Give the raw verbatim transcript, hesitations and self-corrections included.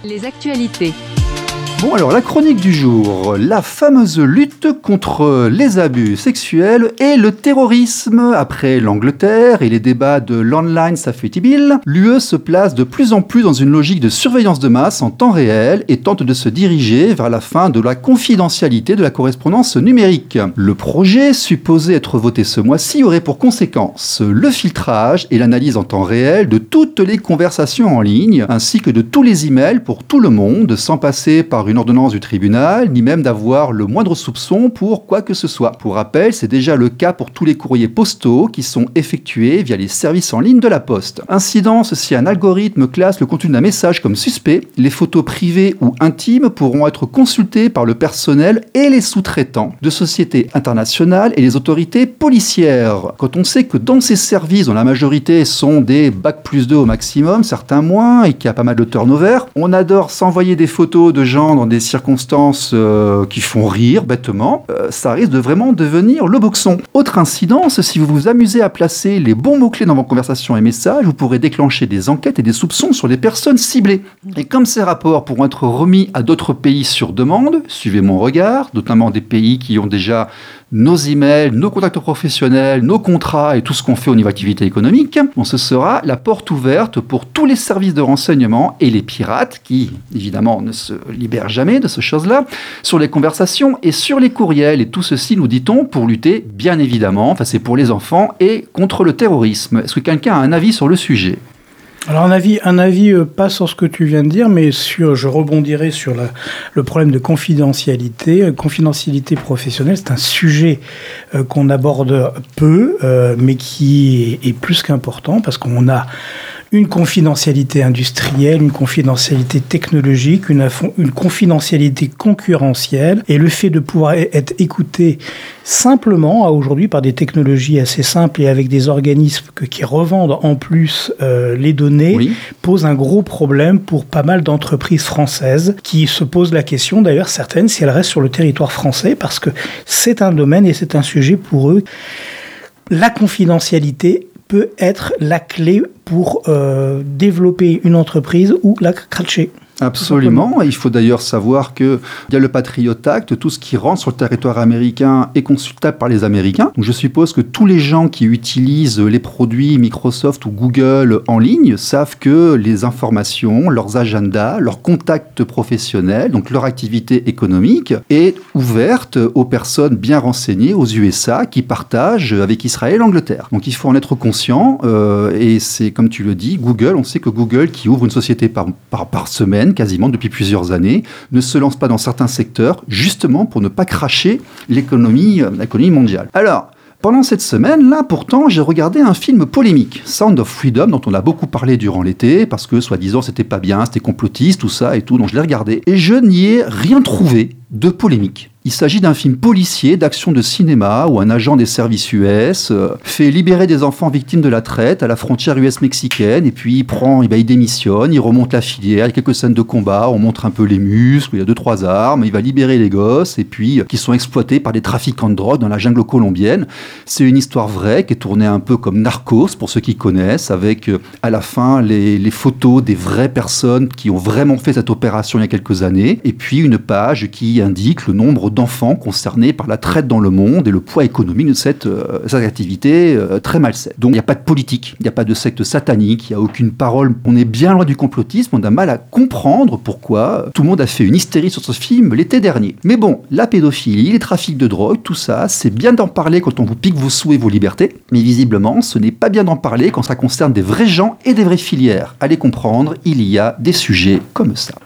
Les actualités. Bon alors, la chronique du jour, la fameuse lutte contre les abus sexuels et le terrorisme. Après l'Angleterre et les débats de l'Online Safety Bill, l'U E se place de plus en plus dans une logique de surveillance de masse en temps réel et tente de se diriger vers la fin de la confidentialité de la correspondance numérique. Le projet, supposé être voté ce mois-ci, aurait pour conséquence le filtrage et l'analyse en temps réel de toutes les conversations en ligne, ainsi que de tous les emails pour tout le monde, sans passer par une ordonnance du tribunal, ni même d'avoir le moindre soupçon pour quoi que ce soit. Pour rappel, c'est déjà le cas pour tous les courriers postaux qui sont effectués via les services en ligne de la Poste. Incidence, si un algorithme classe le contenu d'un message comme suspect, les photos privées ou intimes pourront être consultées par le personnel et les sous-traitants de sociétés internationales et les autorités policières. Quand on sait que dans ces services, dont la majorité sont des bac plus deux au maximum, certains moins, et qu'il y a pas mal de turnover, on adore s'envoyer des photos de gens dans des circonstances euh, qui font rire bêtement, euh, ça risque de vraiment devenir le boxon. Autre incidence, si vous vous amusez à placer les bons mots-clés dans vos conversations et messages, vous pourrez déclencher des enquêtes et des soupçons sur les personnes ciblées. Et comme ces rapports pourront être remis à d'autres pays sur demande, suivez mon regard, notamment des pays qui ont déjà nos emails, nos contacts professionnels, nos contrats et tout ce qu'on fait au niveau activité économique, bon, ce sera la porte ouverte pour tous les services de renseignement et les pirates qui, évidemment, ne se libèrent jamais de ces choses-là, sur les conversations et sur les courriels. Et tout ceci, nous dit-on, pour lutter, bien évidemment, enfin c'est pour les enfants, et contre le terrorisme. Est-ce que quelqu'un a un avis sur le sujet ? Alors un avis, un avis euh, pas sur ce que tu viens de dire, mais sur, je rebondirai sur la, le problème de confidentialité. Confidentialité professionnelle, c'est un sujet euh, qu'on aborde peu, euh, mais qui est, est plus qu'important parce qu'on a une confidentialité industrielle, une confidentialité technologique, une, une confidentialité concurrentielle, et le fait de pouvoir être écouté simplement, aujourd'hui, par des technologies assez simples et avec des organismes que, qui revendent en plus euh, les données, oui, pose un gros problème pour pas mal d'entreprises françaises qui se posent la question, d'ailleurs certaines, si elles restent sur le territoire français, parce que c'est un domaine et c'est un sujet pour eux. La confidentialité peut être la clé pour euh, développer une entreprise ou la cratcher. Absolument. Il faut d'ailleurs savoir qu'il y a le Patriot Act, tout ce qui rentre sur le territoire américain est consultable par les Américains. Donc je suppose que tous les gens qui utilisent les produits Microsoft ou Google en ligne savent que les informations, leurs agendas, leurs contacts professionnels, donc leur activité économique, est ouverte aux personnes bien renseignées, aux U S A, qui partagent avec Israël et l'Angleterre. Donc il faut en être conscient, euh, et c'est comme tu le dis, Google, on sait que Google, qui ouvre une société par, par, par semaine, quasiment depuis plusieurs années, ne se lance pas dans certains secteurs, justement pour ne pas cracher l'économie, euh, l'économie mondiale. Alors, pendant cette semaine-là, pourtant, j'ai regardé un film polémique, Sound of Freedom, dont on a beaucoup parlé durant l'été, parce que, soi-disant, c'était pas bien, c'était complotiste, tout ça et tout, donc je l'ai regardé, et je n'y ai rien trouvé de polémique. Il s'agit d'un film policier d'action de cinéma où un agent des services U S euh, fait libérer des enfants victimes de la traite à la frontière U S-mexicaine, et puis il prend, eh ben, il démissionne, il remonte la filière, il y a quelques scènes de combat, on montre un peu les muscles, il y a deux trois armes, il va libérer les gosses et puis euh, qui sont exploités par des trafiquants de drogue dans la jungle colombienne. C'est une histoire vraie qui est tournée un peu comme Narcos pour ceux qui connaissent, avec euh, à la fin les, les photos des vraies personnes qui ont vraiment fait cette opération il y a quelques années, et puis une page qui indique le nombre d'enfants concernés par la traite dans le monde et le poids économique de cette, euh, cette activité euh, très malsaine. Donc il n'y a pas de politique, il n'y a pas de secte satanique, il n'y a aucune parole. On est bien loin du complotisme, on a mal à comprendre pourquoi tout le monde a fait une hystérie sur ce film l'été dernier. Mais bon, la pédophilie, les trafics de drogue, tout ça, c'est bien d'en parler quand on vous pique vos sous et vos libertés, mais visiblement, ce n'est pas bien d'en parler quand ça concerne des vrais gens et des vraies filières. Allez comprendre, il y a des sujets comme ça.